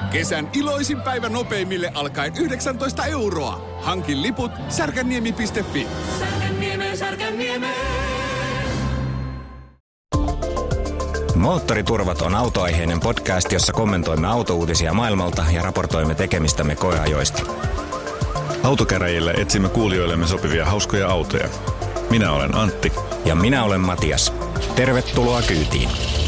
Kesän iloisin päivä nopeimille alkaen 19 €. Hankin liput särkänniemi.fi. Särkänniemi. Moottoriturvat on autoaiheinen podcast, jossa kommentoimme autouutisia maailmalta ja raportoimme tekemistämme koeajoista. Autokäräjillä etsimme kuulijoillemme sopivia hauskoja autoja. Minä olen Antti. Ja minä olen Matias. Tervetuloa kyytiin.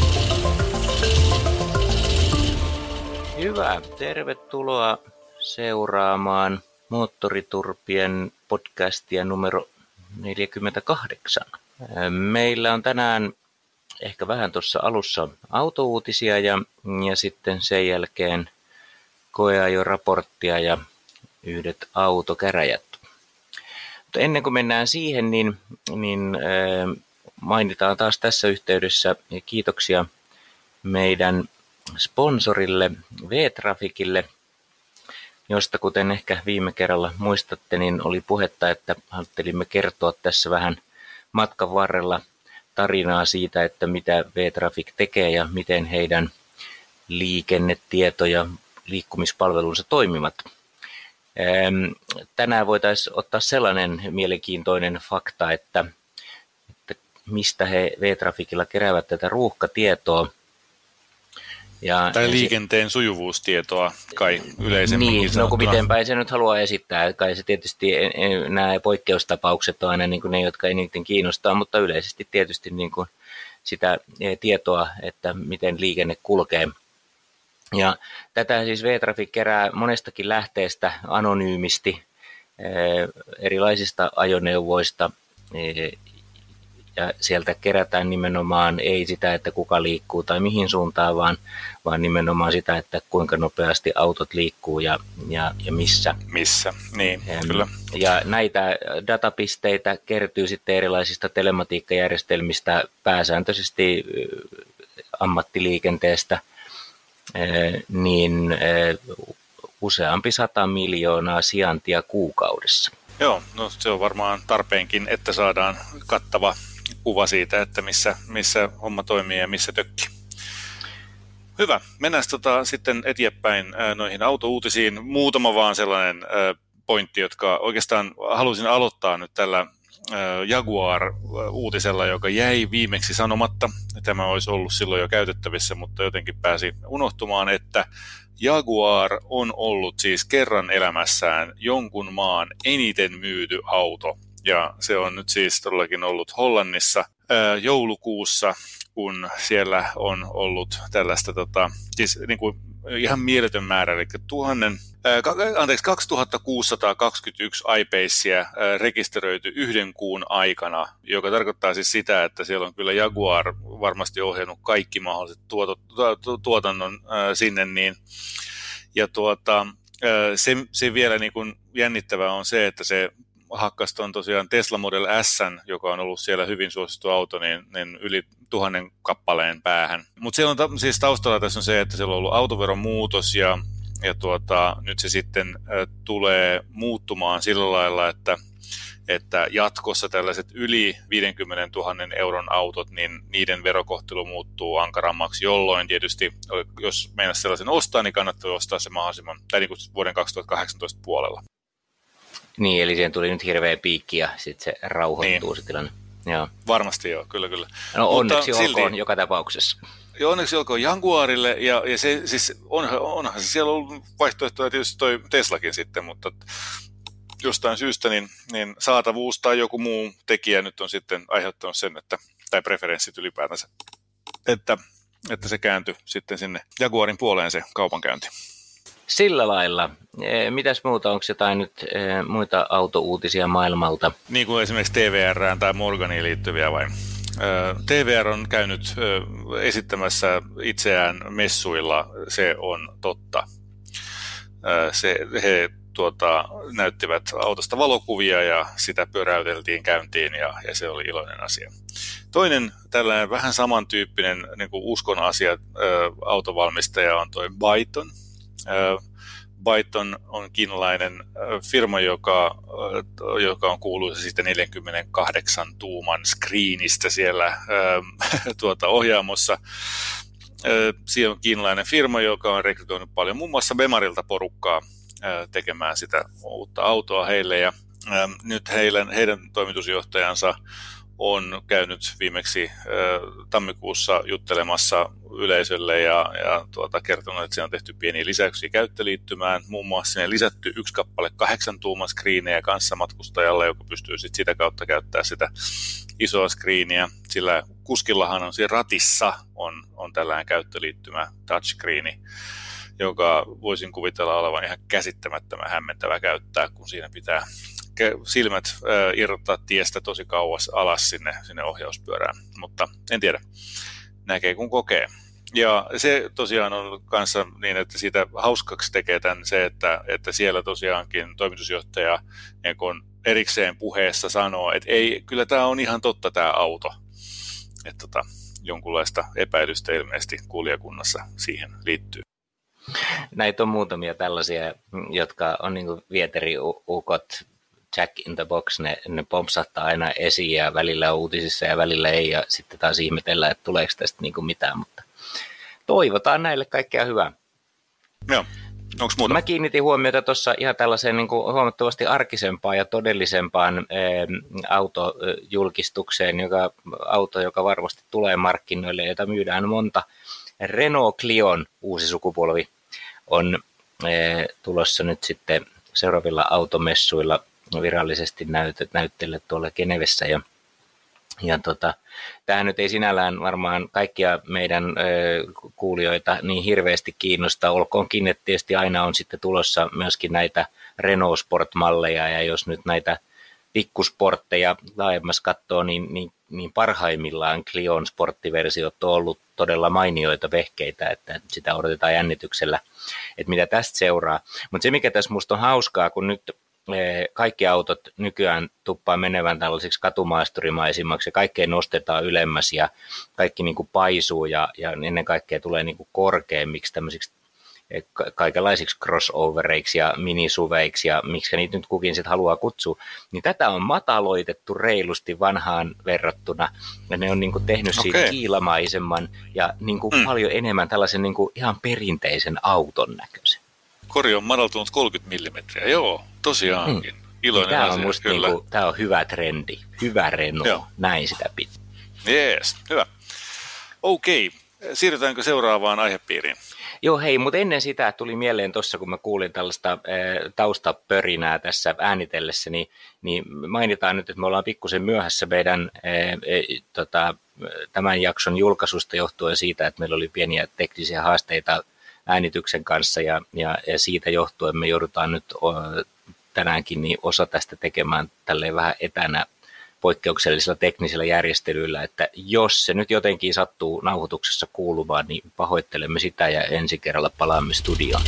Hyvä. Tervetuloa seuraamaan Moottoriturpien podcastia numero 48. Meillä on tänään ehkä vähän tuossa alussa autouutisia ja sitten sen jälkeen koeajoraporttia ja yhdet autokäräjät. Mutta ennen kuin mennään siihen, niin mainitaan taas tässä yhteydessä kiitoksia meidän sponsorille V-Traficille, josta kuten ehkä viime kerralla muistatte, niin oli puhetta, että haluattelimme kertoa tässä vähän matkan varrella tarinaa siitä, että mitä V-Trafic tekee ja miten heidän liikennetieto- ja liikkumispalvelunsa toimivat. Tänään voitaisiin ottaa sellainen mielenkiintoinen fakta, että mistä he V-Traficilla keräävät tätä ruuhkatietoa. Tai liikenteen sujuvuustietoa kai yleisemmin. Niin, no kun mitenpäin se nyt haluaa esittää. Kai se tietysti nämä poikkeustapaukset on aina niin kuin ne, jotka eniten kiinnostaa, mutta yleisesti tietysti niin kuin sitä tietoa, että miten liikenne kulkee. Ja tätä siis V-Trafic kerää monestakin lähteestä anonyymisti erilaisista ajoneuvoista. Ja sieltä kerätään nimenomaan ei sitä, että kuka liikkuu tai mihin suuntaan, vaan nimenomaan sitä, että kuinka nopeasti autot liikkuu ja missä. Missä, niin, kyllä. Ja näitä datapisteitä kertyy sitten erilaisista telematiikkajärjestelmistä, pääsääntöisesti ammattiliikenteestä, niin useampi 100 miljoonaa sijaintia kuukaudessa. Joo, no se on varmaan tarpeenkin, että saadaan kattava kuva siitä, että missä homma toimii ja missä tökkii. Hyvä, mennään sitten eteenpäin noihin autouutisiin. Muutama vaan sellainen pointti, jotka oikeastaan halusin aloittaa nyt tällä Jaguar-uutisella, joka jäi viimeksi sanomatta. Tämä olisi ollut silloin jo käytettävissä, mutta jotenkin pääsi unohtumaan, että Jaguar on ollut siis kerran elämässään jonkun maan eniten myyty auto. Ja se on nyt siis todellakin ollut Hollannissa joulukuussa, kun siellä on ollut tällaista siis niin kuin ihan mieletön määrä, eli 2621 iPacea rekisteröity yhden kuun aikana, joka tarkoittaa siis sitä, että siellä on kyllä Jaguar varmasti ohjannut kaikki mahdolliset tuotannon sinne, niin ja se vielä niin kuin jännittävää on se, että se hakkasi on tosiaan Tesla Model S, joka on ollut siellä hyvin suosittu auto, niin yli 1000 kappaleen päähän. Mutta siellä on siis taustalla tässä on se, että siellä on ollut autoveron muutos ja nyt se sitten tulee muuttumaan sillä lailla, että jatkossa tällaiset yli 50 000 euron autot, niin niiden verokohtelu muuttuu ankarammaksi, jolloin tietysti, jos meinaa sellaisen ostaa, niin kannattaa ostaa se mahdollisimman, tai niin kuin vuoden 2018 puolella. Niin, eli siihen tuli nyt hirveä piikki ja sitten se rauhoittuu se tilanne. Joo. Varmasti joo, kyllä. No onneksi olkoon joka tapauksessa. Ja onneksi olkoon Jaguarille, ja se, siis onhan se siellä ollut vaihtoehtoja tietysti toi Teslakin sitten, mutta jostain syystä niin saatavuus tai joku muu tekijä nyt on sitten aiheuttanut sen, tai preferenssit ylipäätänsä, että se kääntyi sitten sinne Jaguarin puoleen se kaupankäynti. Sillä lailla. Mitäs muuta? Onko jotain nyt muita autouutisia maailmalta? Niin kuin esimerkiksi TVR:ään tai Morganiin liittyviä vai? TVR on käynyt esittämässä itseään messuilla, se on totta. He näyttivät autosta valokuvia ja sitä pyöräyteltiin käyntiin ja se oli iloinen asia. Toinen tällainen vähän samantyyppinen niin kuin uskon asia autovalmistaja on toi Byton. Byton on kiinalainen firma, joka on kuuluisa sitten 48 tuuman screenistä siellä ohjaamossa. Siellä on kiinalainen firma, joka on rekrytoinut paljon muun muassa Bemarilta porukkaa tekemään sitä uutta autoa heille. Ja nyt heidän toimitusjohtajansa on käynyt viimeksi tammikuussa juttelemassa yleisölle ja kertonut, että siinä on tehty pieniä lisäyksiä käyttöliittymään. Muun muassa sinne lisätty 1 kappale 8-tuuman skriinejä kanssa matkustajalle, joka pystyy sit sitä kautta käyttämään sitä isoa skriiniä. Sillä kuskillahan on siinä ratissa on tällainen käyttöliittymä touchscreeni, joka voisin kuvitella olevan ihan käsittämättömän hämmentävä käyttää, kun siinä pitää silmät irrottaa tiestä tosi kauas alas sinne ohjauspyörään, mutta en tiedä, näkee kun kokee. Ja se tosiaan on kanssa niin, että siitä hauskaksi tekee tämän se, että siellä tosiaankin toimitusjohtaja niin kun erikseen puheessa sanoo, että ei, kyllä tämä on ihan totta tämä auto. Että jonkunlaista epäilystä ilmeisesti kuulijakunnassa siihen liittyy. Näitä on muutamia tällaisia, jotka on niin kuin vieteriukot, Jack in the Box, ne pompsahtaa aina esiin ja välillä on uutisissa ja välillä ei, ja sitten taas ihmetellään, että tuleeko tästä niin kuin mitään, mutta toivotaan näille kaikkea hyvää. Joo, onko muuta? Mä kiinnitin huomiota tuossa ihan tällaiseen niin kuin huomattavasti arkisempaan ja todellisempaan autojulkistukseen, auto, joka varmasti tulee markkinoille, jota myydään monta. Renault Clion uusi sukupolvi on tulossa nyt sitten seuraavilla automessuilla virallisesti näytteille tuolla Genevessä. Ja tämähän nyt ei sinällään varmaan kaikkia meidän kuulijoita niin hirveästi kiinnosta, olkoonkin, että tietysti aina on sitten tulossa myöskin näitä Renault Sport-malleja, ja jos nyt näitä pikkusportteja laajemmassa katsoo, niin parhaimmillaan Clion sporttiversiot on ollut todella mainioita vehkeitä, että sitä odotetaan jännityksellä, että mitä tästä seuraa. Mutta se, mikä tässä musta on hauskaa, kun nyt kaikki autot nykyään tuppaa menevän tällaisiksi katumaasturimaisimmaksi ja kaikkea nostetaan ylemmäs ja kaikki niin kuin paisuu ja ennen kaikkea tulee niin kuin korkeammiksi tämmöisiksi kaikenlaisiksi crossovereiksi ja minisuveiksi ja miksi niitä nyt kukin sitten haluaa kutsua, niin tätä on mataloitettu reilusti vanhaan verrattuna ja ne on niin kuin tehnyt siitä kiilamaisemman ja niin kuin paljon enemmän tällaisen niin kuin ihan perinteisen auton näköisen. Kori on madaltunut 30 millimetriä, joo, tosiaankin. Iloinen tämä asia, on musta kyllä. Niinku, tämä on hyvä trendi, hyvä Renault, joo. Näin sitä pitää. Jees, hyvä. Okei, siirrytäänkö seuraavaan aihepiiriin? Joo, hei, mutta ennen sitä tuli mieleen tuossa, kun mä kuulin tällaista taustapörinää tässä äänitellessä, niin mainitaan nyt, että me ollaan pikkusen myöhässä meidän tämän jakson julkaisusta johtuen siitä, että meillä oli pieniä teknisiä haasteita äänityksen kanssa ja siitä johtuen me joudutaan nyt tänäänkin niin osa tästä tekemään tälleen vähän etänä poikkeuksellisilla teknisillä järjestelyillä, että jos se nyt jotenkin sattuu nauhoituksessa kuulumaan, niin pahoittelemme sitä ja ensi kerralla palaamme studioon.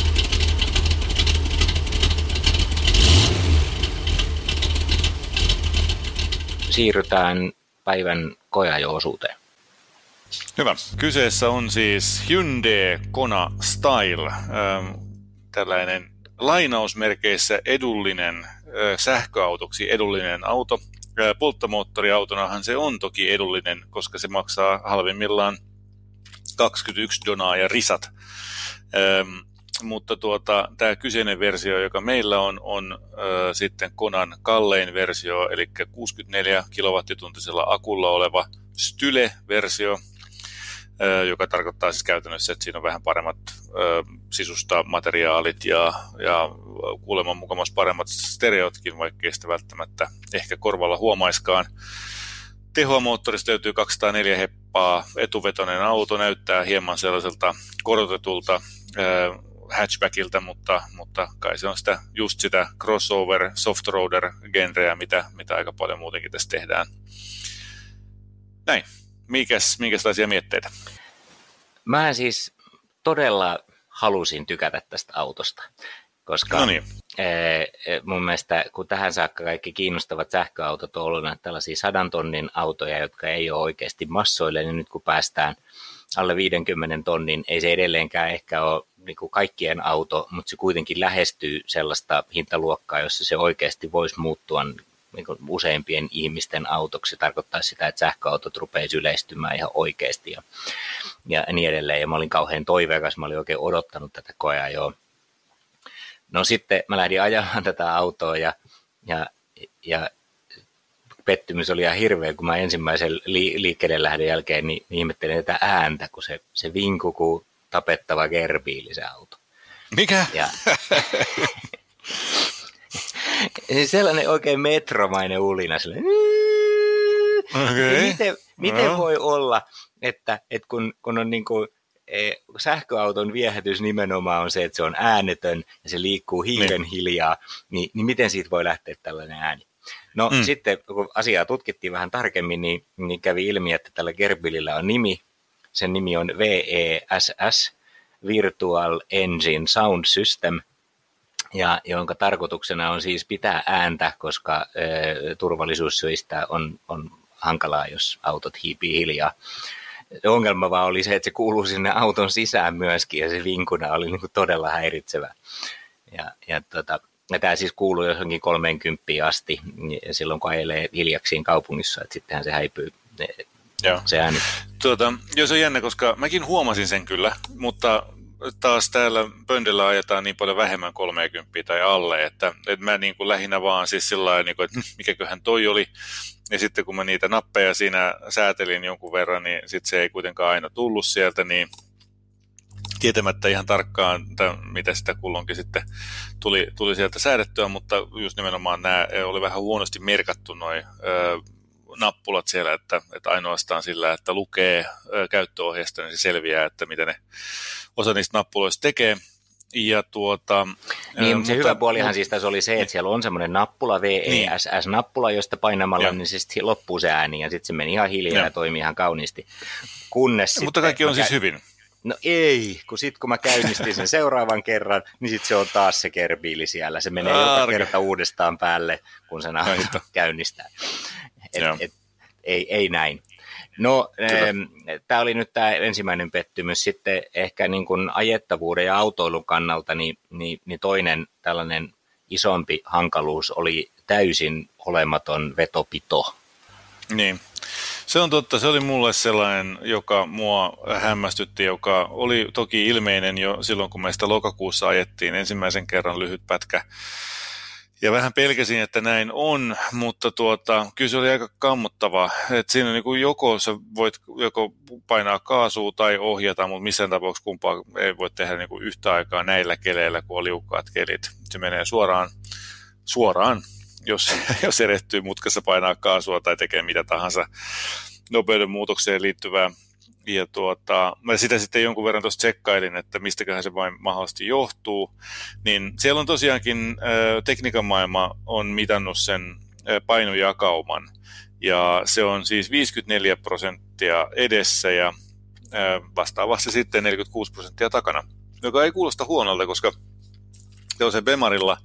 Siirrytään päivän koeajo-osuuteen. Hyvä. Kyseessä on siis Hyundai Kona Style, tällainen lainausmerkeissä edullinen sähköautoksi edullinen auto. Polttomoottoriautonahan se on toki edullinen, koska se maksaa halvimmillaan 21 donaa ja risat. Mutta tämä kyseinen versio, joka meillä on sitten Konan kallein versio, eli 64 kilowattituntisella akulla oleva Style-versio, joka tarkoittaa siis käytännössä, että siinä on vähän paremmat sisustamateriaalit ja kuuleman mukamas paremmat stereotkin, vaikkei sitä välttämättä ehkä korvalla huomaiskaan. Tehoa moottorista löytyy 204 heppaa, etuvetoinen auto näyttää hieman sellaiselta korotetulta hatchbackilta, mutta kai se on just sitä crossover, soft-roader-genreä, mitä aika paljon muutenkin tässä tehdään. Näin. Minkälaisia mietteitä? Mä siis todella halusin tykätä tästä autosta, koska mun mielestä kun tähän saakka kaikki kiinnostavat sähköautot on ollut näitä tällaisia 100 tonnin autoja, jotka ei ole oikeasti massoille, niin nyt kun päästään alle 50 tonnin, ei se edelleenkään ehkä ole niin kuin kaikkien auto, mutta se kuitenkin lähestyy sellaista hintaluokkaa, jossa se oikeasti voisi muuttua niin kuin useimpien ihmisten autoksi. Se tarkoittaa sitä, että sähköautot rupeaisi yleistymään ihan oikeasti ja niin edelleen. Ja mä olin kauhean toiveikas, mä olin oikein odottanut tätä koeajoa. No sitten mä lähdin ajamaan tätä autoa ja pettymys oli ihan hirveä, kun mä ensimmäisen liikkeelle lähdön jälkeen niin ihmettelin tätä ääntä, kun se vinkui kuin tapettava gerbiili se auto. Mikä? Ja sellainen oikein metromainen ulina. Okay. Miten voi olla, että kun on niin kuin, sähköauton viehätys nimenomaan on se, että se on äänetön ja se liikkuu hiiren hiljaa, niin miten siitä voi lähteä tällainen ääni? No sitten, kun asiaa tutkittiin vähän tarkemmin, niin kävi ilmi, että tällä gerbilillä on nimi. Sen nimi on VESS, Virtual Engine Sound System, ja jonka tarkoituksena on siis pitää ääntä, koska turvallisuussyistä on hankalaa, jos autot hiipii hiljaa. Ongelma vaan oli se, että se kuuluu sinne auton sisään myöskin, ja se vinkuna oli niin kuin todella häiritsevä. Ja tämä siis kuuluu johonkin 30 asti, ja silloin kun ajelee hiljaksiin kaupungissa, että sittenhän se häipyy se ääni. Se on jännä, koska mäkin huomasin sen kyllä, mutta taas täällä pöndellä ajetaan niin paljon vähemmän 30 tai alle, että mä niin kuin lähinnä vaan siis sillain, niin kuin, että mikäköhän toi oli. Ja sitten kun mä niitä nappeja siinä säätelin jonkun verran, niin sitten se ei kuitenkaan aina tullut sieltä, niin tietämättä ihan tarkkaan, mitä sitä kulloinkin sitten tuli sieltä säädettyä, mutta just nimenomaan nämä oli vähän huonosti merkattu noi nappulat siellä, että ainoastaan sillä, että lukee käyttöohjeesta, niin se selviää, että mitä ne osa niistä nappuloista tekee. Ja niin, se hyvä puolihan siis tässä oli se, että siellä on semmoinen nappula, VESS-nappula, josta painamalla niin se sitten loppuu se ääni, ja sitten se meni ihan hiljaa ja toimii ihan kauniisti. Mutta kaikki on siis hyvin. No ei, kun mä käynnistin sen seuraavan kerran, niin sitten se on taas se gerbiili siellä. Se menee joka kerta uudestaan päälle, kun sen auto käynnistää. Ei näin. No, tämä oli nyt tämä ensimmäinen pettymys. Sitten ehkä niin kuin ajettavuuden ja autoilun kannalta niin toinen tällainen isompi hankaluus oli täysin olematon vetopito. Niin. Se on totta, se oli mulle sellainen, joka mua hämmästytti, joka oli toki ilmeinen jo silloin, kun me sitä lokakuussa ajettiin ensimmäisen kerran lyhyt pätkä. Ja vähän pelkäsin, että näin on, mutta kyllä se oli aika kammottavaa. Että siinä niin kuin joko sä voit joko painaa kaasua tai ohjata, mutta missään tapauksessa kumpaa ei voi tehdä niin kuin yhtä aikaa näillä keleillä, kun on liukkaat kelit. Se menee suoraan. Jos erehtyy mutkassa painaa kaasua tai tekee mitä tahansa nopeuden muutokseen liittyvää. Ja mä sitä sitten jonkun verran tuossa tsekkailin, että mistäköhän se vain mahdollisesti johtuu. Niin siellä on tosiaankin tekniikan maailma on mitannut sen painojakauman. Ja se on siis 54% edessä ja vastaavasti sitten 46% takana. Joka ei kuulosta huonolta, koska se Bemarilla,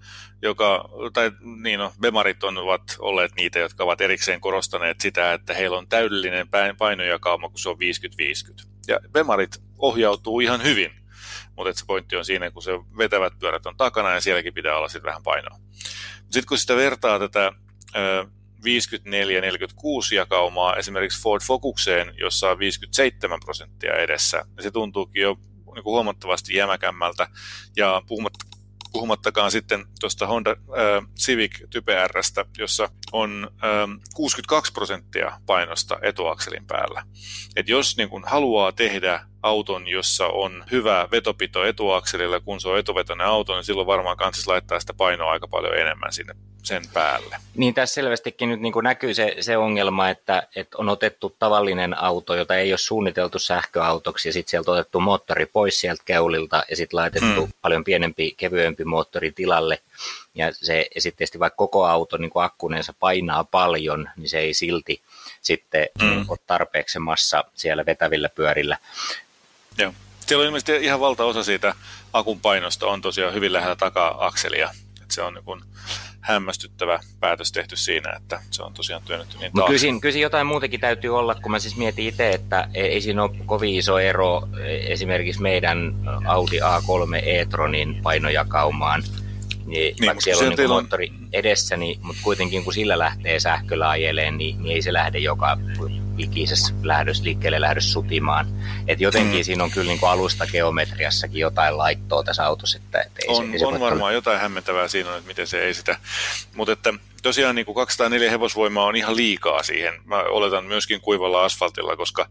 Bemarit ovat olleet niitä, jotka ovat erikseen korostaneet sitä, että heillä on täydellinen painojakauma, kun se on 50-50. Ja Bemarit ohjautuu ihan hyvin, mutta se pointti on siinä, kun se vetävät pyörät on takana ja sielläkin pitää olla sitten vähän painoa. Sitten kun sitä vertaa tätä 54-46 jakaumaa esimerkiksi Ford Focukseen, jossa on 57% edessä, ja se tuntuukin jo niin kuin huomattavasti jämäkämmältä, ja puhumattakaan sitten tuosta Honda Civic Type R:stä, jossa on 62% painosta etuakselin päällä. Et jos niin kun haluaa tehdä auton, jossa on hyvä vetopito etuakselilla, kun se on etuvetoinen auto, niin silloin varmaan kannattaisi laittaa sitä painoa aika paljon enemmän sinne sen päälle. Niin tässä selvästikin nyt niin kuin näkyy se ongelma, että on otettu tavallinen auto, jota ei ole suunniteltu sähköautoksi, ja sitten sieltä on otettu moottori pois sieltä keulilta, ja sitten laitettu paljon pienempi, kevyempi moottori tilalle. Ja sitten tietysti vaikka koko auto niin kuin akkuneensa painaa paljon, niin se ei silti sitten ole tarpeeksi massa siellä vetävillä pyörillä. Joo. Siellä on ilmeisesti ihan valtaosa siitä akun painosta on tosiaan hyvin lähellä taka-akselia. Että se on niin kuin hämmästyttävä päätös tehty siinä, että se on tosiaan työnnetty niin taakse. Kyllä jotain muutakin täytyy olla, kun mä siis mietin itse, että ei siinä ole kovin iso ero esimerkiksi meidän Audi A3 e-tronin painojakaumaan vaikka siellä on niin moottori edessä, niin, mutta kuitenkin kun sillä lähtee sähköllä ajeleen, niin ei se lähde joka ikisessä liikkeelle lähdössä sutimaan. Et jotenkin siinä on kyllä niin kuin alustageometriassakin jotain laittoa tässä autossa. Että on varmaan jotain hämmentävää siinä on, että miten se ei sitä. Mutta että tosiaan niin kuin 204 hevosvoimaa on ihan liikaa siihen. Mä oletan myöskin kuivalla asfaltilla, koska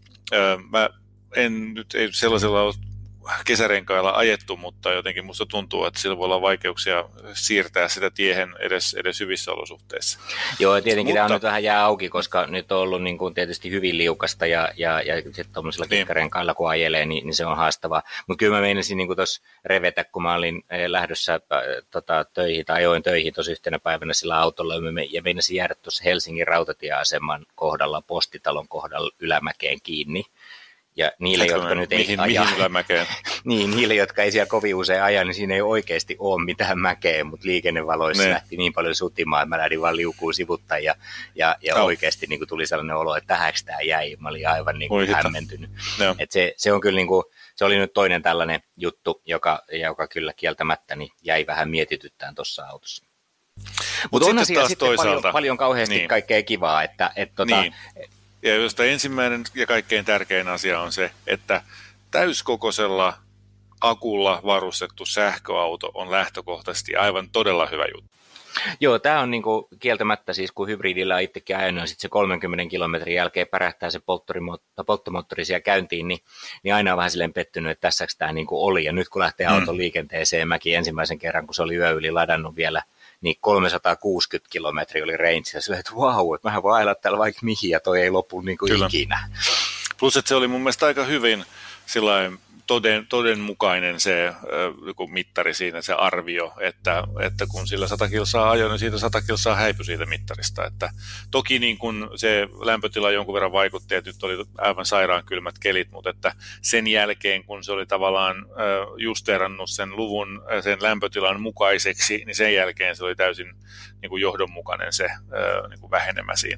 mä en nyt ei sellaisella ole kesärenkailla ajettu, mutta jotenkin musta tuntuu, että sillä voi olla vaikeuksia siirtää sitä tiehen edes hyvissä olosuhteissa. Joo, tietenkin tämä on nyt vähän jää auki, koska nyt on ollut niin kuin tietysti hyvin liukasta ja sitten tuollaisilla kikkarenkailla kun ajelee, niin se on haastavaa. Mutta kyllä mä meinasin niin tuossa revetä, kun mä olin lähdössä töihin tai ajoin töihin tuossa yhtenä päivänä sillä autolla ja meinasin jäädä tuossa Helsingin rautatieaseman kohdalla, Postitalon kohdalla ylämäkeen kiinni. Ja niille, jotka nyt ei aja, niin, niille, jotka ei siellä kovin usein aja, niin siinä ei oikeasti ole mitään mäkeä, mutta liikennevaloissa lähti niin paljon sutimaan, että mä lähdin vaan liukuun sivuttain ja oikeasti niin kuin tuli sellainen olo, että tähäksi tämä jäi. Mä olin aivan niin kuin hämmentynyt. Että se on kyllä niin kuin, se oli nyt toinen tällainen juttu, joka kyllä kieltämättä niin jäi vähän mietityttään tuossa autossa. Mutta onhan siellä sitten paljon kauheasti kaikkea kivaa, että niin. Ja josta ensimmäinen ja kaikkein tärkein asia on se, että täyskokoisella akulla varustettu sähköauto on lähtökohtaisesti aivan todella hyvä juttu. Joo, tämä on niinku kieltämättä siis, kun hybridillä itsekin ajanut, sitten se 30 kilometrin jälkeen pärähtää se polttomoottori siellä käyntiin, niin aina on vähän silleen pettynyt, että tässäks tämä niinku oli. Ja nyt kun lähtee auton liikenteeseen, mäkin ensimmäisen kerran, kun se oli yö yli ladannut vielä, niin 360 kilometriä oli range, ja silleen, että vau, että mähän voi ajella täällä vaikka mihin, ja toi ei lopu niin kuin ikinä. Plus, että se oli mun mielestä aika hyvin sillain todenmukainen se mittari siinä, se arvio, että kun sillä 100 kilsaa ajoi, niin siitä 100 kilsaa häipyi siitä mittarista. Että toki niin kun se lämpötila jonkun verran vaikutti, että nyt oli aivan sairaan kylmät kelit, mutta että sen jälkeen, kun se oli tavallaan justeerannut sen luvun sen lämpötilan mukaiseksi, niin sen jälkeen se oli täysin niin kuin johdonmukainen se niin kuin vähenemä siinä.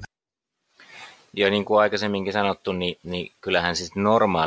Ja niin kuin aikaisemminkin sanottu, niin kyllähän siis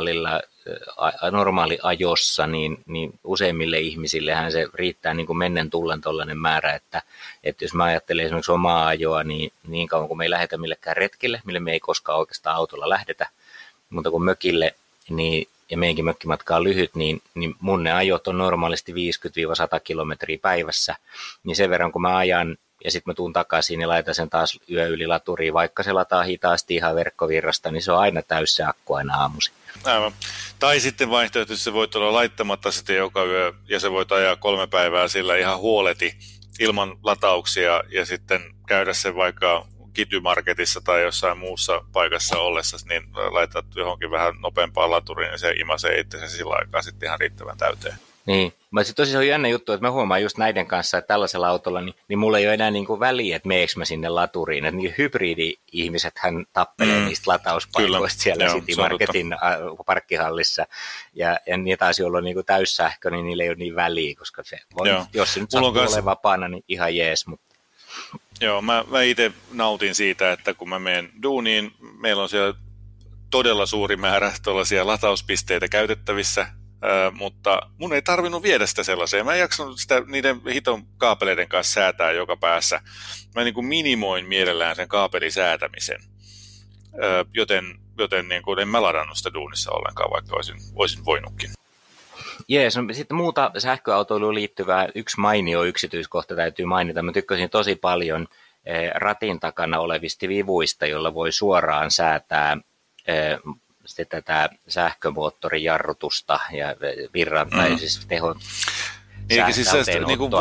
normaali ajossa, niin useimmille ihmisillehän se riittää niin kuin mennen tullen tollainen määrä, että jos mä ajattelen esimerkiksi omaa ajoa, niin kauan kun me ei lähdetä millekään retkille, mille me ei koskaan oikeastaan autolla lähdetä, mutta kun mökille, ja meidänkin mökkimatka on lyhyt, niin mun ne ajot on normaalisti 50-100 kilometriä päivässä, niin sen verran kun mä ajan, ja sitten mä tuun takaisin ja laitan sen taas yö yli laturiin, vaikka se lataa hitaasti ihan verkkovirrasta, niin se on aina täys se akku aina aamuisin. Aivan. Tai sitten vaihtoehtoisesti se voit olla laittamatta sitten joka yö, ja se voit ajaa 3 päivää sillä ihan huoleti ilman latauksia, ja sitten käydä sen vaikka Kitymarketissa tai jossain muussa paikassa ollessa, niin laitat johonkin vähän nopeampaan laturiin, ja se imasee itse sillä aikaa sitten ihan riittävän täyteen. Niin, mutta sitten tosiaan on jännä juttu, että mä huomaan just näiden kanssa, että tällaisella autolla, niin mulla ei ole enää niinku väliä, että meekö mä sinne laturiin. Että niin hybridi-ihmisethän tappelee niistä latauspaikoista siellä Citymarketin parkkihallissa. Ja niitä taisi olla niinku täyssähkö, niin niillä ei ole niin väliä, koska se voi, jos se nyt sattuu olemaan vapaana, niin ihan jees. Mutta. Joo, mä itse nautin siitä, että kun mä menen duuniin, meillä on siellä todella suuri määrä tuollaisia latauspisteitä käytettävissä, mutta mun ei tarvinnut viedä sitä sellaiseen. Mä en jaksanut sitä niiden hiton kaapeleiden kanssa säätää joka päässä. Mä niin kuin minimoin mielellään sen kaapelisäätämisen, joten niin kuin en mä ladannut sitä duunissa ollenkaan, vaikka olisin voinutkin. Jees, no, sitten muuta sähköautoiluun liittyvää yksi mainio yksityiskohta täytyy mainita. Mä tykkäsin tosi paljon ratin takana olevista vivuista, jolla voi suoraan säätää tätä sähkömoottorin jarrutusta ja virran tai siis tehon niin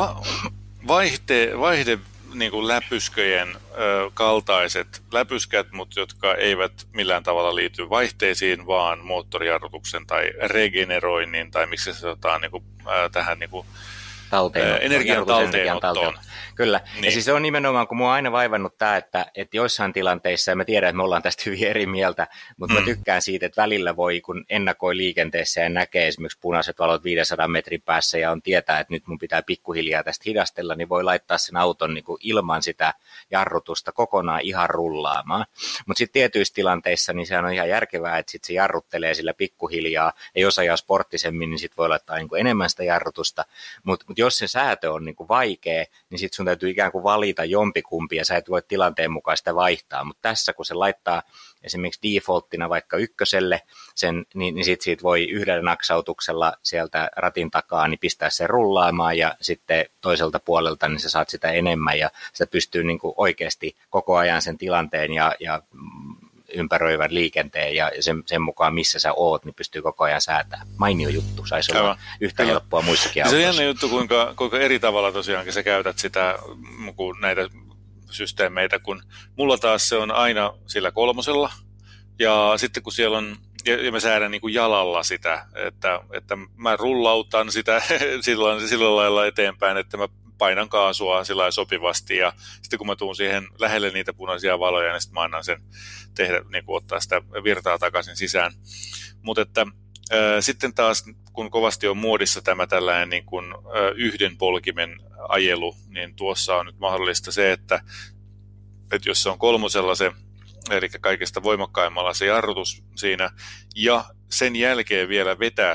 vaihde niin kuin läpysköjen kaltaiset läpyskät, mutta jotka eivät millään tavalla liity vaihteisiin, vaan moottorijarrutuksen tai regeneroinnin tai miksi se sanotaan niin kuin, tähän niin kuin energian talteenottoon. Kyllä, niin. Ja siis se on nimenomaan, kun mua on aina vaivannut tämä, että joissain tilanteissa, ja mä tiedän, että me ollaan tästä hyvin eri mieltä, mutta mä tykkään siitä, että välillä voi, kun ennakoi liikenteessä ja näkee esimerkiksi punaiset valot 500 metrin päässä ja on tietää, että nyt mun pitää pikkuhiljaa tästä hidastella, niin voi laittaa sen auton niin kuin ilman sitä jarrutusta kokonaan ihan rullaamaan. Mutta sitten tietyissä tilanteissa, niin sehän on ihan järkevää, että sitten se jarruttelee sillä pikkuhiljaa, ja jos ajaa sporttisemmin, niin sitten voi laittaa niin kuin enemmän sitä jarrutusta, mutta mutta jos se säätö on niin kuin vaikea, niin sitten sun täytyy ikään kuin valita jompikumpi ja sä et voi tilanteen mukaan sitä vaihtaa, mutta tässä kun se laittaa esimerkiksi defaulttina vaikka ykköselle, niin sitten siitä voi yhdellä naksautuksella sieltä ratin takaa niin pistää sen rullaamaan ja sitten toiselta puolelta niin sä saat sitä enemmän ja sitä pystyy niin kuin oikeasti koko ajan sen tilanteen ja ympäröivän liikenteen ja sen mukaan, missä sä oot, niin pystyy koko ajan säätämään. Mainio juttu, saisi olla yhtä helppoa muissakin autoissa. Se on jännä juttu, kuinka eri tavalla tosiaankin sä käytät sitä, kun näitä systeemeitä, kun mulla taas se on aina sillä 3, ja sitten kun siellä on, ja mä säädän niin kuin jalalla sitä, että mä rullautan sitä sillä lailla eteenpäin, että mä painan kaasua sillä lailla sopivasti, ja sitten kun mä tuun siihen lähelle niitä punaisia valoja, niin sitten mä annan sen tehdä, niin kuin ottaa sitä virtaa takaisin sisään. Mutta että sitten taas, kun kovasti on muodissa tämä tällainen niin kuin yhden polkimen ajelu, niin tuossa on nyt mahdollista se, että jos se on 3 se, eli kaikista voimakkaimmalla se jarrutus siinä, ja sen jälkeen vielä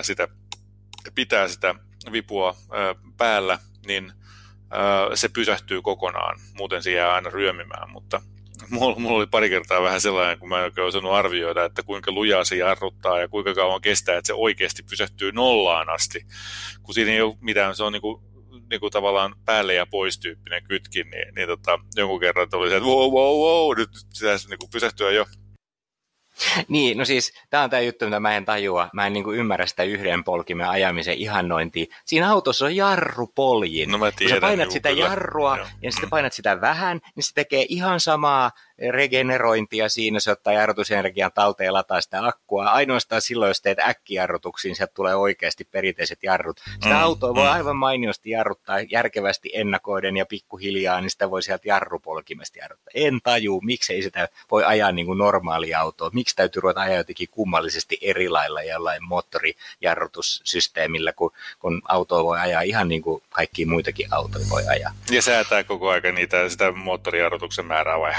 pitää sitä vipua päällä, niin se pysähtyy kokonaan, muuten se jää aina ryömimään, mutta mulla oli pari kertaa vähän sellainen, kun mä en oikein osannut arvioida, että kuinka lujaa se jarruttaa ja kuinka kauan kestää, että se oikeasti pysähtyy 0 asti, kun siinä ei ole mitään, se on niin kuin tavallaan päälle ja pois tyyppinen kytkin, niin jonkun kerran oli se, että wow, nyt pitäisi niin kuin pysähtyä jo. Niin, no siis tämä on tämä juttu, mitä mä en tajua. Mä en niin kuin ymmärrä sitä yhden polkimen ajamisen ihannointia. Siinä autossa on jarrupoljin. No mä tiedän, kun sä painat sitä jarrua ja sitten painat sitä vähän, niin se tekee ihan samaa regenerointia siinä, se ottaa jarrutusenergian talteen ja lataa sitä akkua. Ainoastaan silloin, jos teet äkkijarrutuksiin, sieltä tulee oikeasti perinteiset jarrut. Sitä autoa voi aivan mainiosti jarruttaa järkevästi ennakoiden ja pikkuhiljaa, niin sitä voi sieltä jarrupolkimesta jarruttaa. En taju, miksei sitä voi ajaa niin kuin normaalia autoa. Miksi täytyy ruveta ajaa jotenkin kummallisesti eri lailla jollain moottorijarrutussysteemillä, kun autoa voi ajaa ihan niin kuin kaikkia muitakin autoja voi ajaa. Ja säätää koko ajan sitä moottorijarrutuksen määrää vai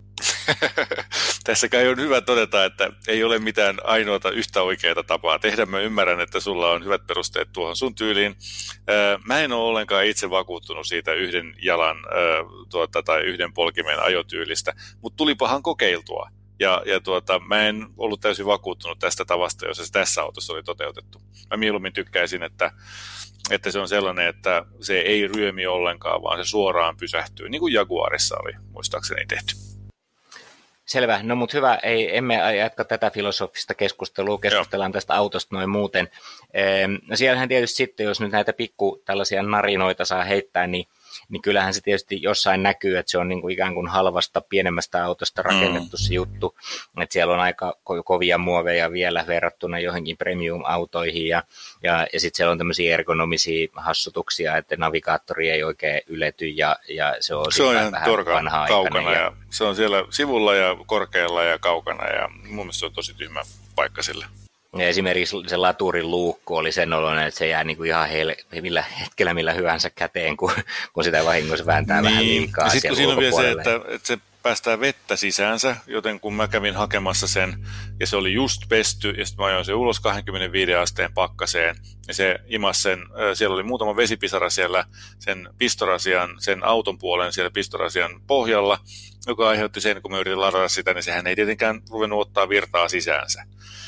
Tässäkään on hyvä todeta, että ei ole mitään ainoata yhtä oikeaa tapaa tehdä. Mä ymmärrän, että sulla on hyvät perusteet tuohon sun tyyliin. Mä en ole ollenkaan itse vakuuttunut siitä yhden jalan tai yhden polkimen ajotyylistä, mutta tulipahan kokeiltua. Ja mä en ollut täysin vakuuttunut tästä tavasta, jossa se tässä autossa oli toteutettu. Mä mieluummin tykkäisin, että se on sellainen, että se ei ryömi ollenkaan, vaan se suoraan pysähtyy, niin kuin Jaguarissa oli muistaakseni tehty. Selvä, no mutta hyvä, emme jatka tätä filosofista keskustelua, keskustellaan tästä autosta noin muuten. No siellähän tietysti sitten, jos nyt näitä pikku tällaisia narinoita saa heittää, niin kyllähän se tietysti jossain näkyy, että se on niin kuin ikään kuin halvasta, pienemmästä autosta rakennettu se juttu, että siellä on aika kovia muoveja vielä verrattuna johonkin premium-autoihin ja sitten siellä on tämmöisiä ergonomisia hassutuksia, että navigaattori ei oikein ylety ja se on ihan vähän vanhaa kaukana ja se on siellä sivulla ja korkealla ja kaukana ja mun mielestä se on tosi tyhmä paikka sille. Ja esimerkiksi se laturin luukku oli sen oloinen, että se jää niinku ihan millä hetkellä millä hyvänsä käteen, kun sitä vahingossa vääntää vähän liikaa. Ja sitten kun siinä on vielä se, että se päästää vettä sisäänsä, joten kun mä kävin hakemassa sen, ja se oli just pesty, ja sitten mä ajoin sen ulos 25 asteen pakkaseen, ja se imas sen, siellä oli muutama vesipisara siellä sen pistorasian, sen auton puolen siellä pistorasian pohjalla, joka aiheutti sen, kun mä yritin ladata sitä, niin sehän ei tietenkään ruvennut ottaa virtaa sisäänsä.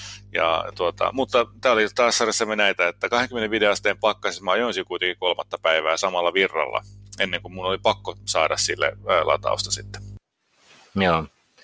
Mutta tämä oli taas sarjassamme näitä, että 25 asteen pakkasessa mä ajoin kuitenkin 3. päivää samalla virralla, ennen kuin mun oli pakko saada sille latausta sitten. Joo.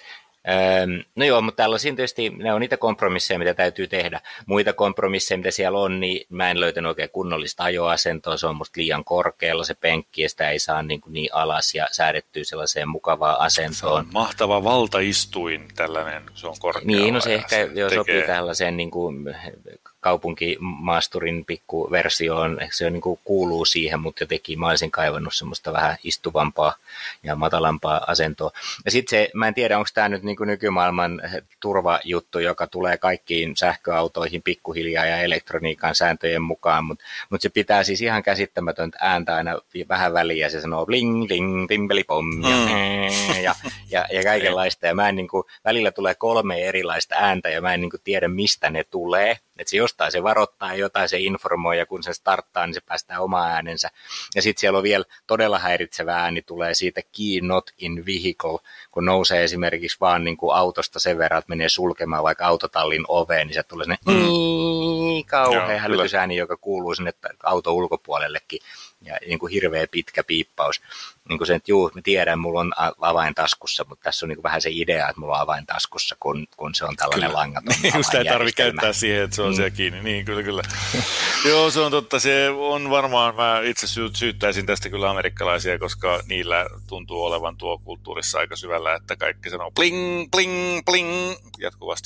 No joo, mutta tällaisia tietysti, ne on niitä kompromisseja, mitä täytyy tehdä. Muita kompromisseja, mitä siellä on, niin mä en löytänyt oikein kunnollista ajoasentoa, se on musta liian korkealla se penkki, ja sitä ei saa niin alas ja säädettyä sellaiseen mukavaan asentoon. Se on mahtava valtaistuin tällainen, se on korkealla. Niin, no se ehkä jo sopii tällaiseen niin kuin kaupunkimaasturin pikkuversioon, se niin kuin kuuluu siihen, mutta jotenkin mä olisin kaivannut semmoista vähän istuvampaa ja matalampaa asentoa. Ja sitten se, mä en tiedä, onko tämä nyt niin kuin nykymaailman turvajuttu, joka tulee kaikkiin sähköautoihin pikkuhiljaa ja elektroniikan sääntöjen mukaan, mutta se pitää siis ihan käsittämätöntä ääntä aina vähän väliin, ja se sanoo bling, bling, bimbelipom, ja kaikenlaista, ja mä en niin kuin, välillä tulee 3 erilaista ääntä, ja mä en niin kuin tiedä, mistä ne tulee. Että se jostain se varoittaa ja jotain se informoi, ja kun se starttaa, niin se päästää oma äänensä. Ja sitten siellä on vielä todella häiritsevä ääni, tulee siitä key not in vehicle, kun nousee esimerkiksi vaan niin kuin autosta sen verran, että menee sulkemaan vaikka autotallin oveen, niin se tulee sinne kauhean hälytysääni, joka kuuluu sinne auton ulkopuolellekin, ja niin kuin hirveä pitkä piippaus. Niin kuin se, että juu, mä tiedän, mulla on avain taskussa, mutta tässä on niin kuin vähän se idea, että mulla on avain taskussa, kun se on tällainen langaton avainjärjestelmä. Just ei tarvitse käyttää siihen, että se on siellä kiinni. Niin, kyllä. Joo, se on totta. Se on varmaan, mä itse syyttäisin tästä kyllä amerikkalaisia, koska niillä tuntuu olevan tuo kulttuurissa aika syvällä, että kaikki sanoo bling, bling, bling jatkuvasti.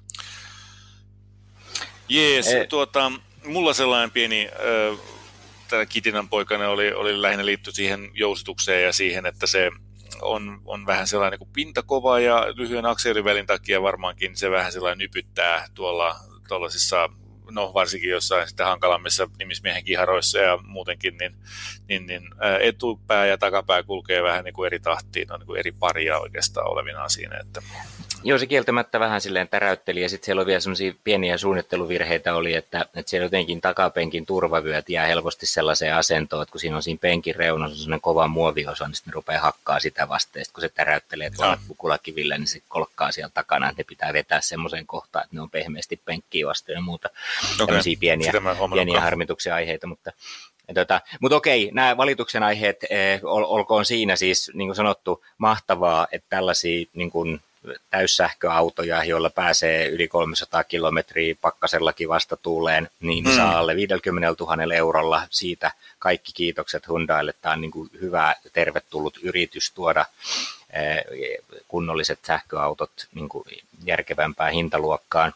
Jees, mulla sellainen pieni... Tämä Kitinan poikainen oli lähinnä liitty siihen jousitukseen ja siihen, että se on vähän sellainen kuin pintakova ja lyhyen akselivälin takia varmaankin se vähän sellainen nypyttää tuollaisissa, no varsinkin jossain sitten hankalammissa nimismiehen kiharoissa ja muutenkin, niin etupää ja takapää kulkee vähän niin kuin eri tahtiin, on niin kuin eri paria oikeastaan olevinaan siinä, että... Joo, se kieltämättä vähän silleen täräytteli, ja sitten siellä oli vielä semmoisia pieniä suunnitteluvirheitä oli, että siellä jotenkin takapenkin turvavyöt jää helposti sellaiseen asentoon, että kun siinä on siinä penkin reunassa on sellainen kova muoviosa, niin sitten ne rupeaa hakkaa sitä vasta, ja sitten kun se täräyttelee tuolla pukulakivillä, niin se kolkkaa siellä takana, että ne pitää vetää semmoiseen kohtaan, että ne on pehmeästi penkkiä vasta ja muuta. Tällaisia pieniä harmituksia aiheita, mutta okei, nämä valituksen aiheet, olkoon siinä siis, niin kuin sanottu, mahtavaa, että tällaisia niin kuin täyssähköautoja, joilla pääsee yli 300 kilometriä pakkasellakin vastatuuleen, niin saa alle 50 000 eurolla. Siitä kaikki kiitokset Hyundaille. Tämä on niin kuin hyvä, tervetullut yritys tuoda kunnolliset sähköautot niin kuin järkevämpään hintaluokkaan.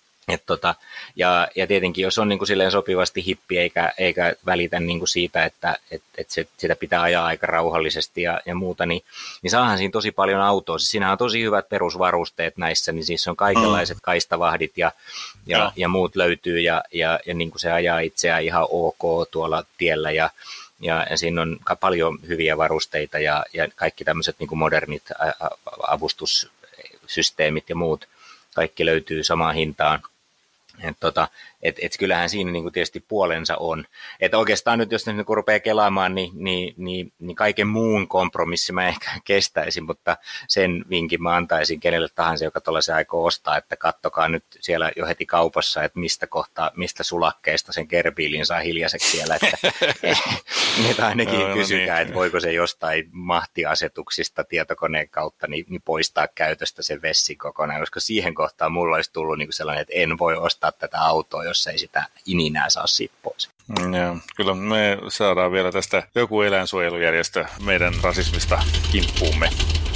Ja tietenkin, jos on niin kuin silleen sopivasti hippi eikä välitä niin kuin siitä, että sitä pitää ajaa aika rauhallisesti ja muuta, niin saahan siinä tosi paljon autoa. Siis siinä on tosi hyvät perusvarusteet näissä, niin siis on kaikenlaiset kaistavahdit ja muut löytyy ja niin kuin se ajaa itseään ihan ok tuolla tiellä ja siinä on paljon hyviä varusteita ja kaikki tämmöiset niin kuin modernit avustussysteemit ja muut, kaikki löytyy samaan hintaan. Kyllähän siinä niin kuin tietysti puolensa on. Että oikeastaan nyt, jos nyt rupeaa kelaamaan, niin kaiken muun kompromissi mä ehkä kestäisin, mutta sen vinkin mä antaisin kenelle tahansa, joka tuollaisen aikoo ostaa, että kattokaa nyt siellä jo heti kaupassa, että mistä sulakkeesta sen kerbiilin saa hiljaiseksi siellä, että ainakin kysykää, että voiko se jostain mahtiasetuksista tietokoneen kautta niin poistaa käytöstä sen vessin kokonaan, koska siihen kohtaan mulla olisi tullut niin kuin sellainen, että en voi ostaa tätä autoa, jos ei sitä ininää saa siitä pois. Joo, kyllä me saadaan vielä tästä joku eläinsuojelujärjestö meidän rasismista kimppuumme.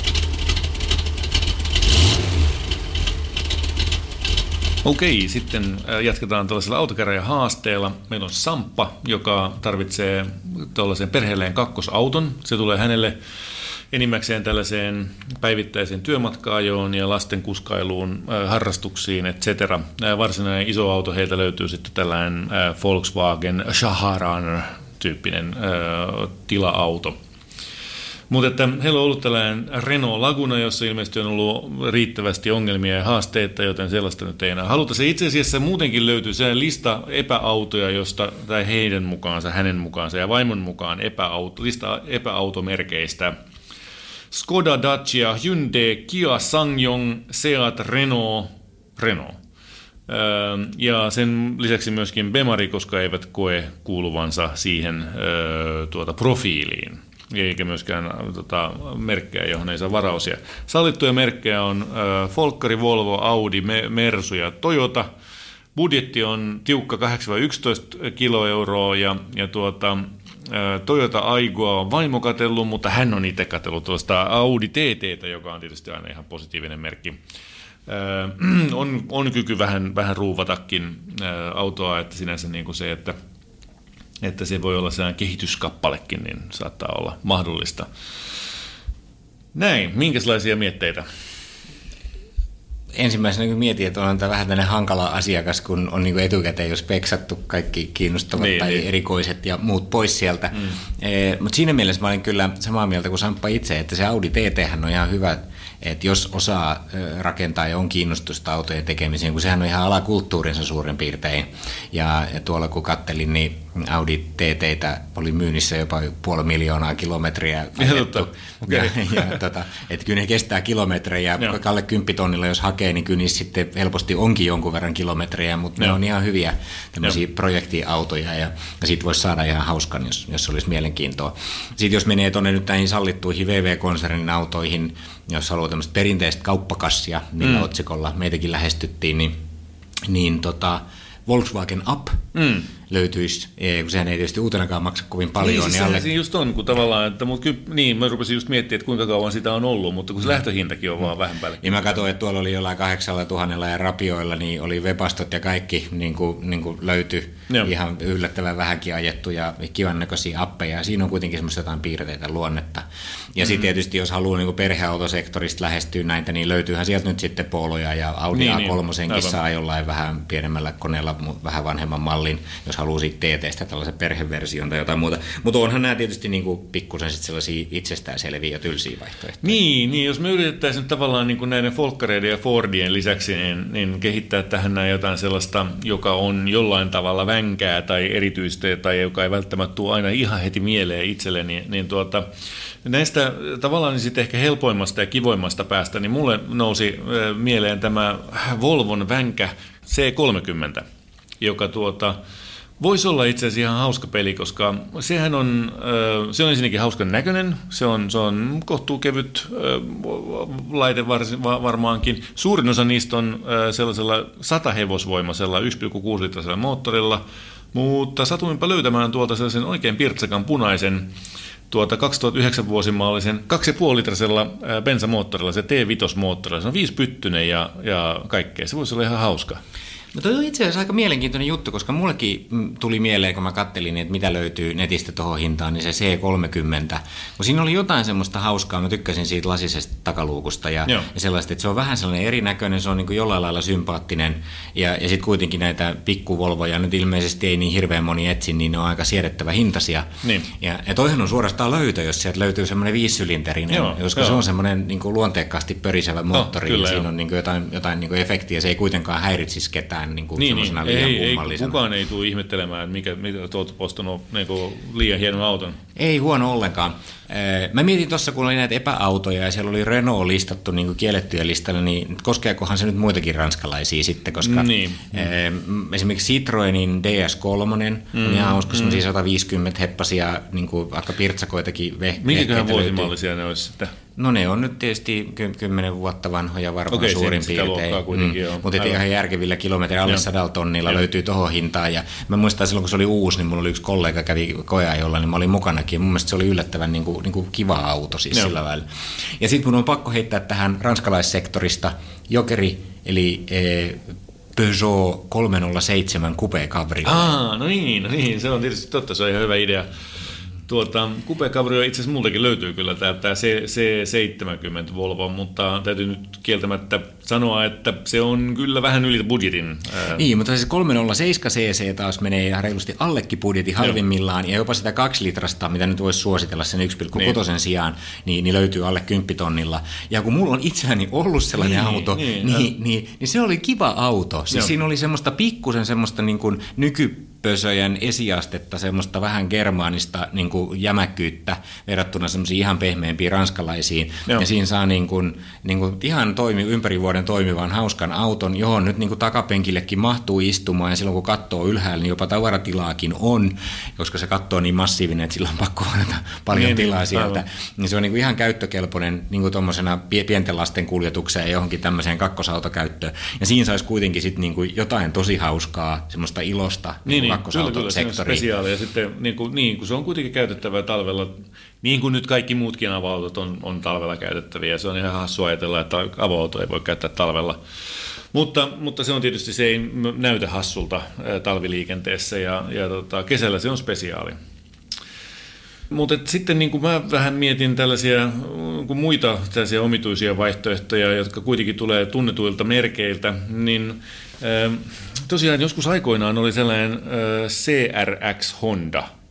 Okei, sitten jatketaan tällaisella autokäräjähaasteella. Meillä on Samppa, joka tarvitsee tuollaisen perheelleen kakkosauton. Se tulee hänelle enimmäkseen tällaiseen päivittäiseen työmatka-ajoon ja lasten kuskailuun, harrastuksiin, etc. Varsinainen iso auto heiltä löytyy sitten tällainen Volkswagen Shaharan-tyyppinen tila-auto. Mutta että heillä on ollut tällainen Renault Laguna, jossa ilmeisesti on ollut riittävästi ongelmia ja haasteita, joten sellaista nyt ei enää haluta. Se itse asiassa muutenkin löytyy se lista epäautoja, josta, tai heidän mukaansa, hänen mukaansa ja vaimon mukaan lista epäautomerkeistä. Skoda, Dacia, Hyundai, Kia, SsangYong, Seat, Renault. Ja sen lisäksi myöskin Bemari, koska eivät koe kuuluvansa siihen profiiliin. Eikä myöskään merkkejä, johon ei saa varausia. Sallittuja merkkejä on Volkkari, Volvo, Audi, Mersu ja Toyota. Budjetti on tiukka 8-11 kiloeuroa ja Toyota Aygoa on vaimo katsellut, mutta hän on itse katsellut tuosta Audi TT:tä, joka on tietysti aina ihan positiivinen merkki. On kyky vähän ruuvatakin autoa, että sinänsä niin kuin se, että se voi olla sellainen kehityskappalekin, niin saattaa olla mahdollista. Näin, minkälaisia mietteitä? Ensimmäisenä kun mietin, että on vähän tämmöinen hankala asiakas, kun on niin kuin etukäteen jo speksattu kaikki kiinnostavat tai erikoiset ja muut pois sieltä. Mutta siinä mielessä mä olin kyllä samaa mieltä kuin Samppa itse, että se Audi TT:hän on ihan että jos osaa rakentaa ja on kiinnostusta autojen tekemiseen, kun sehän on ihan alakulttuurinsa suurin piirtein. Ja tuolla kun kattelin, niin Audi TT:tä oli myynnissä jopa 500 000 kilometriä. Okay. Että kyllä ne kestää kilometrejä. Alle 10 tonnilla jos hakee, niin kyllä niissä sitten helposti onkin jonkun verran kilometrejä, mutta ne on ihan hyviä tämmöisiä projektiautoja ja siitä voisi saada ihan hauskan, jos olisi mielenkiintoa. Sitten jos menee tuonne nyt näihin sallittuihin VV-konsernin autoihin, jos haluaa tämmöistä perinteistä kauppakassia, millä otsikolla meitäkin lähestyttiin, niin Volkswagen Up löytyisi, kun sehän ei tietysti uutenakaan maksa kovin paljon. Niin, siis just on, kun tavallaan, että mä rupesin just miettimään, että kuinka kauan sitä on ollut, mutta kun se lähtöhintakin on vaan vähän päälle. Ja mä katsoin, että tuolla oli jollain 8 000 ja rapioilla, niin oli Webastot ja kaikki niin kuin löytyi ihan yllättävän vähänkin ajettuja kivan näköisiä appeja, ja siinä on kuitenkin semmoista jotain piirteitä luonnetta. Ja sitten tietysti, jos haluaa niin kuin perheautosektorista lähestyä näitä, niin löytyyhän sieltä nyt sitten Poloja ja Audi A3 saa jollain vähän pienemmällä koneella vähän vanhemman mallin, jos haluaa siitä TT:stä tällaisen perheversion tai jotain muuta. Mutta onhan nämä tietysti niinku pikkusen sellaisia itsestäänselviä ja tylsiä vaihtoehtoja. Niin, jos me yritettäisiin näiden niinku näiden Folkkareiden ja Fordien lisäksi niin kehittää tähän näin jotain sellaista, joka on jollain tavalla vänkää tai erityistä tai joka ei välttämättä tule aina ihan heti mieleen itselle, näistä tavallaan niin sitten ehkä helpoimmasta ja kivoimmasta päästä, niin mulle nousi mieleen tämä Volvon vänkä C30, joka voisi olla itse asiassa ihan hauska peli, koska se on ensinnäkin hauskan näköinen, se on kohtuukevyt laite varmaankin. Suurin osa niistä on sellaisella 100 hevosvoimaisella 1,6-litrasella moottorilla, mutta satuinpa löytämään tuolta sellaisen oikein pirtsakan punaisen 2009 vuosimaallisen 2,5-litrasella bensamoottorilla, se T5-moottorilla. Se on 5-pyttynen ja kaikkea. Se voisi olla ihan hauska. No toi on itse asiassa aika mielenkiintoinen juttu, koska mullekin tuli mieleen, kun mä kattelin, että mitä löytyy netistä tuohon hintaan, niin se C30. Kun siinä oli jotain semmoista hauskaa, mä tykkäsin siitä lasisesta takaluukusta ja sellaista, että se on vähän sellainen erinäköinen, se on niin kuin jollain lailla sympaattinen ja sitten kuitenkin näitä pikkuvolvoja nyt ilmeisesti ei niin hirveän moni etsi, niin ne on aika siedettävä hintaisia. Niin. Ja toihan on suorastaan löytö, jos sieltä löytyy semmoinen 5-sylinterinen, koska se on semmoinen niin kuin luonteekkaasti pörisevä moottori ja siinä on niin kuin jotain niin kuin efektiä, se ei kuitenkaan häiritsisi ketään. Kukaan ei tule ihmettelemään, mitä olet ostanut liian hienon auton. Ei huono ollenkaan. Mä mietin tuossa, kun oli näitä epäautoja ja siellä oli Renault listattu niin kiellettyjä listalla, niin koskeekohan se nyt muitakin ranskalaisia sitten, koska esimerkiksi Citroenin DS3 on ihan hauska, semmoisia 150 heppasia niin aika pirtsakoitakin vehkeitä. Minkäköhän vuosimallisia ne olisi sitten? No ne on nyt tietysti 10 vuotta vanhoja varmaan suurin piirtein, mutta ihan järkevillä kilometrillä alle 100 tonnilla löytyy tohon hintaan. Ja mä muistan silloin, kun se oli uusi, niin mulla oli yksi kollega kävi koeajolla, niin mä olin mukanakin. Ja mun mielestä se oli yllättävän niin kuin kiva auto siis sillä välillä. Ja sitten mun on pakko heittää tähän ranskalaissektorista jokeri, eli Peugeot 307 Coupe Cabrio. No niin, se on tietysti totta, se on ihan hyvä idea. Coupe Cabrio itse asiassa multakin löytyy kyllä tämä C70 Volvo, mutta täytyy nyt kieltämättä sanoa, että se on kyllä vähän yli budjetin. Niin, mutta se 307 cc taas menee ihan reilusti allekin budjetin halvimmillaan, ja jopa sitä 2-litrasta, mitä nyt voisi suositella sen 1,6 sijaan, niin löytyy alle 10 tonnilla. Ja kun mulla on itseäni ollut sellainen auto, niin se oli kiva auto. Siis siinä oli semmoista pikkusen semmoista niin kuin nykypösöjen esiastetta, semmoista vähän germaanista niin kuin jämäkkyyttä verrattuna semmoisiin ihan pehmeämpiin ranskalaisiin. Ja siinä saa niin kuin ihan ympäri vuoden toimivan hauskan auton, johon nyt niin kuin takapenkillekin mahtuu istumaan, ja silloin kun katsoo ylhäällä, niin jopa tavaratilaakin on, koska se katto on niin massiivinen, että sillä on pakko varata paljon tilaa sieltä. Niin se on niin kuin ihan käyttökelpoinen niin kuin tuommoisena pienten lasten kuljetukseen ja johonkin tämmöiseen kakkosautokäyttöön. Ja siinä saisi kuitenkin sit niin kuin jotain tosi hauskaa, semmoista ilosta kakkosautosektoriin. Spesiaalia. Ja sitten kun se on kuitenkin käytettävä talvella, niin kuin nyt kaikki muutkin avoautot on talvella käytettäviä. Se on ihan hassua ajatella, että avoauto ei voi käyttää talvella. Mutta se on tietysti, se ei näytä hassulta talviliikenteessä ja kesällä se on spesiaali. Mutta sitten niin kuin mä vähän mietin tällaisia muita tällaisia omituisia vaihtoehtoja, jotka kuitenkin tulee tunnetuilta merkeiltä, niin tosiaan joskus aikoinaan oli sellainen CRX Honda.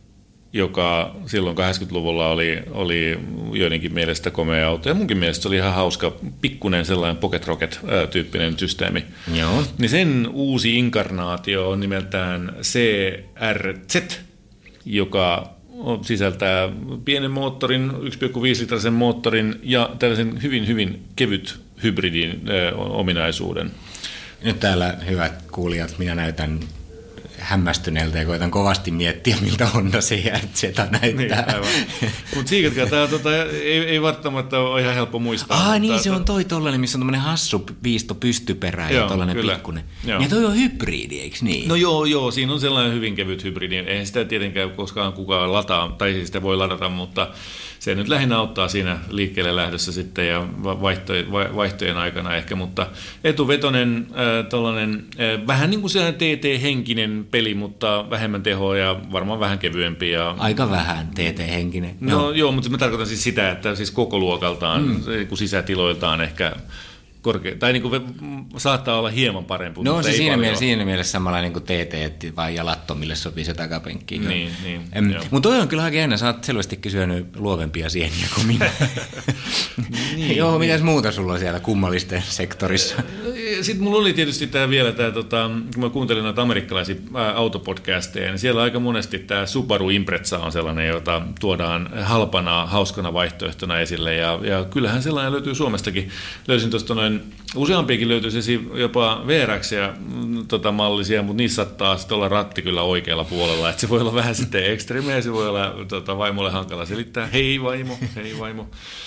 joka silloin 80-luvulla oli joidenkin mielestä komea auto, ja munkin mielestä se oli ihan hauska, pikkunen sellainen Pocket Rocket-tyyppinen systeemi. Joo. Niin sen uusi inkarnaatio on nimeltään CRZ, joka sisältää pienen moottorin, 1,5-litrasen moottorin ja tällaisen hyvin, hyvin kevyt hybridin ominaisuuden. Nyt täällä, hyvät kuulijat, minä näytän hämmästyneeltä ja koitan kovasti miettiä, miltä Honda CRZ näyttää. Niin, mutta siikatkaa, tämä ei välttämättä ole ihan helppo muistaa. Niin se on tollainen, missä on tämmöinen hassu viisto pystyperä ja tollainen pikkuinen. Ja toi on hybridi, eikö niin? No joo, siinä on sellainen hyvin kevyt hybridi. Eihän sitä tietenkään koskaan kukaan lataa, tai siis sitä voi ladata, mutta se nyt lähinnä auttaa siinä liikkeelle lähdössä sitten ja vaihtojen aikana ehkä, mutta etuvetoinen tollainen, vähän niin kuin sellainen TT-henkinen peli, mutta vähemmän tehoa ja varmaan vähän kevyempi. Aika vähän TT-henkinen. No joo, mutta mä tarkoitan siis sitä, että siis koko luokaltaan, sisätiloiltaan ehkä korkea, tai niin kuin saattaa olla hieman parempi. No se siinä mielessä samalla niin kuin TT vai jalattomille sopii se takapenkkiin. Niin, mutta toi on kyllä aika jännä, sä oot selvästikin syönyt luovempia sieniä kuin minä. Niin, joo, mitäs muuta sulla on siellä kummallisten sektorissa? Sitten mulla oli tietysti kun mä kuuntelin noita amerikkalaisia autopodcasteja, niin siellä aika monesti tämä Subaru Impreza on sellainen, jota tuodaan halpana, hauskana vaihtoehtona esille, ja kyllähän sellainen löytyy Suomestakin. Löysin tuosta useampiakin löytyisi jopa VRX-ja mallisia, mutta niissä saattaa sitten olla ratti kyllä oikealla puolella, että se voi olla vähän sitten ekstremeä, se voi olla vaimolle hankala selittää, hei vaimo.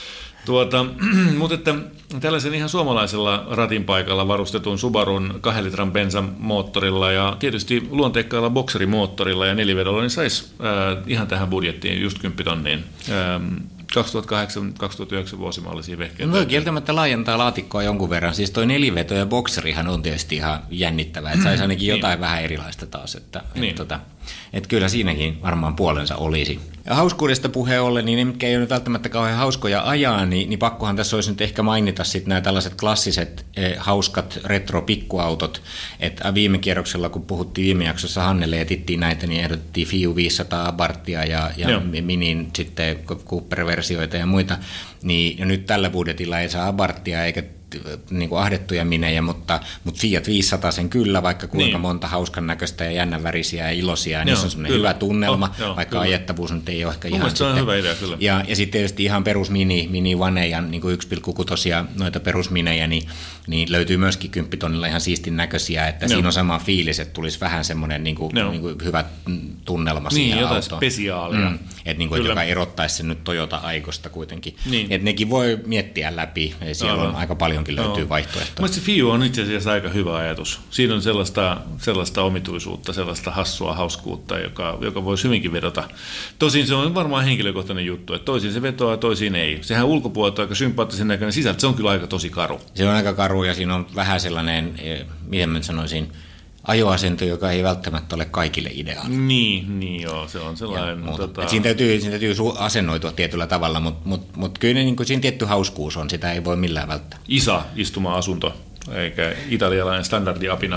Mutta että tällaisen ihan suomalaisella ratin paikalla varustetun Subarun 2 litran bensamoottorilla ja tietysti luonteikkailla bokserimoottorilla ja nelivedolla, niin saisi ihan tähän budjettiin just 10 tonniin. 2008-2009 vuosimallisia vehkeitä. No kieltämättä laajentaa laatikkoa jonkun verran. Siis toi neliveto ja bokserihan on tietysti ihan jännittävää, että saisi ainakin jotain vähän erilaista taas. Että kyllä siinäkin varmaan puolensa olisi. Ja hauskuudesta puheen ollen, niin ne, mitkä ei ole nyt välttämättä kauhean hauskoja ajaa, niin pakkohan tässä olisi nyt ehkä mainita sitten nämä tällaiset klassiset hauskat retro-pikkuautot. Että viime kierroksella, kun puhuttiin viime jaksossa Hannelle ja etittiin näitä, niin ehdotettiin Fiu 500 Abarthia ja Minin sitten Cooper-versioita ja muita. Niin, ja nyt tällä budjetilla ei saa Abarthia eikä niin kuin ahdettuja minejä, mutta Fiat 500 sen kyllä, vaikka kuinka monta hauskan näköistä ja jännän värisiä ja iloisia, ja niissä on semmoinen hyvä tunnelma, vaikka ajettavuus nyt ei ole ehkä ihan sitten. Hyvä idea, kyllä. Ja sitten tietysti ihan perus mini vaneja, niin kuin 1,6 noita perusminejä, niin löytyy myöskin 10 tonnilla ihan siistin näköisiä, että siinä on sama fiilis, että tulisi vähän semmoinen niin kuin hyvä tunnelma siihen autoon. Jotain spesiaalia. Että niin kuin, joka erottaisi sen nyt Toyota Aikosta kuitenkin. Että nekin voi miettiä läpi, ja siellä on aika paljonkin löytyy vaihtoehtoja. Mielestäni Fiu on itse asiassa aika hyvä ajatus. Siinä on sellaista omituisuutta, sellaista hassua hauskuutta, joka voisi hyvinkin vedota. Tosin se on varmaan henkilökohtainen juttu, että toisiin se vetoaa, toisiin ei. Sehän ulkopuolelta aika sympaattisen näköinen, sisältä se on kyllä aika tosi karu. Se on aika karu ja siinä on vähän sellainen, miten mä sanoisin, ajoasento, joka ei välttämättä ole kaikille ideaali. Niin joo, se on sellainen. Siinä täytyy asennoitua tietyllä tavalla, mutta kyllä niin kuin siinä tietty hauskuus on, sitä ei voi millään välttää. Istuma-asunto, eikä italialainen standardiapina.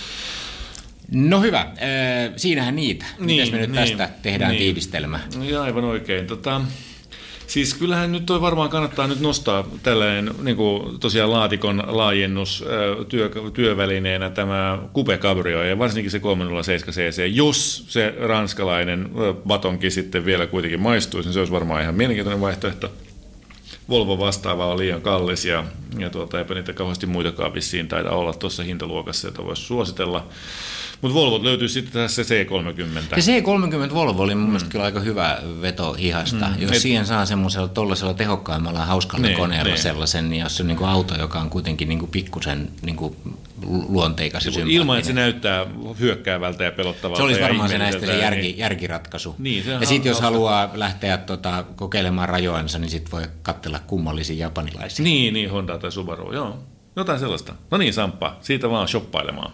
No hyvä, siinähän niitä. Mitäs me nyt tästä tehdään tiivistelmä? Aivan oikein. Siis kyllähän nyt varmaan kannattaa nyt nostaa tällainen niin kuin tosiaan laatikon laajennus työvälineenä tämä Coupe Cabrio ja varsinkin se 307cc. Jos se ranskalainen batonki sitten vielä kuitenkin maistuisi, niin se olisi varmaan ihan mielenkiintoinen vaihtoehto. Volvo vastaava on liian kallis ja eipä niitä kauheasti muitakaan vissiin taida olla tuossa hintaluokassa, jota voisi suositella. Mutta Volvo löytyy sitten tässä C30. Se C30 Volvo oli mun mielestä kyllä aika hyvä veto hihasta. Jos siihen saa semmoisella tollasella tehokkaimmalla hauskalla koneella sellaisen, niin jos se on niinku auto, joka on kuitenkin niinku pikkusen niinku luonteikas ja sympaattinen. Ilman, että se näyttää hyökkäävältä ja pelottavalta. Se olisi varmaan se näistä se järkiratkaisu. Niin, ja sitten jos haluaa lähteä kokeilemaan rajoansa, niin sitten voi katsella kummallisia japanilaisia. Niin, Honda tai Subaru, joo. Jotain sellaista. No niin, Samppa, siitä vaan shoppailemaan.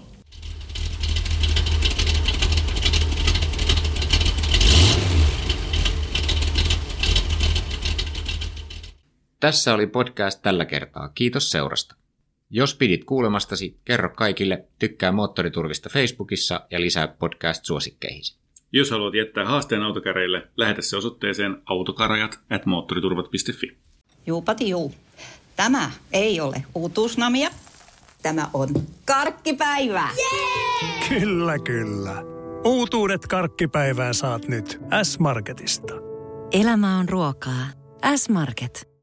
Tässä oli podcast tällä kertaa. Kiitos seurasta. Jos pidit kuulemastasi, kerro kaikille, tykkää Moottoriturvista Facebookissa ja lisää podcast-suosikkeihisi. Jos haluat jättää haasteen autokäreille, lähetä se osoitteeseen autokarajat@moottoriturvat.fi. Juupati juu. Tämä ei ole uutuusnamia. Tämä on karkkipäivää. Jee! Kyllä, kyllä. Uutuudet karkkipäivää saat nyt S-Marketista. Elämä on ruokaa. S-Market.